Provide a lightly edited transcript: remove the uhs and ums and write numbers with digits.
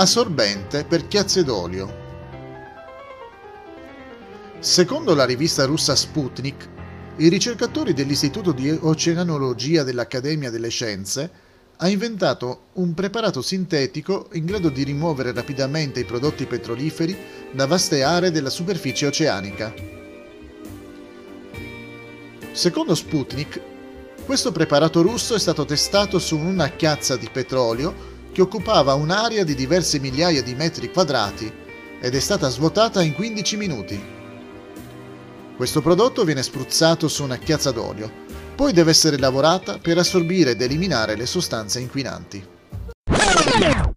assorbente per chiazze d'olio. Secondo la rivista russa Sputnik, i ricercatori dell'Istituto di Oceanologia dell'Accademia delle Scienze hanno inventato un preparato sintetico in grado di rimuovere rapidamente i prodotti petroliferi da vaste aree della superficie oceanica. Secondo Sputnik, questo preparato russo è stato testato su una chiazza di petrolio che occupava un'area di diverse migliaia di metri quadrati ed è stata svuotata in 15 minuti. Questo prodotto viene spruzzato su una chiazza d'olio, poi deve essere lavorata per assorbire ed eliminare le sostanze inquinanti.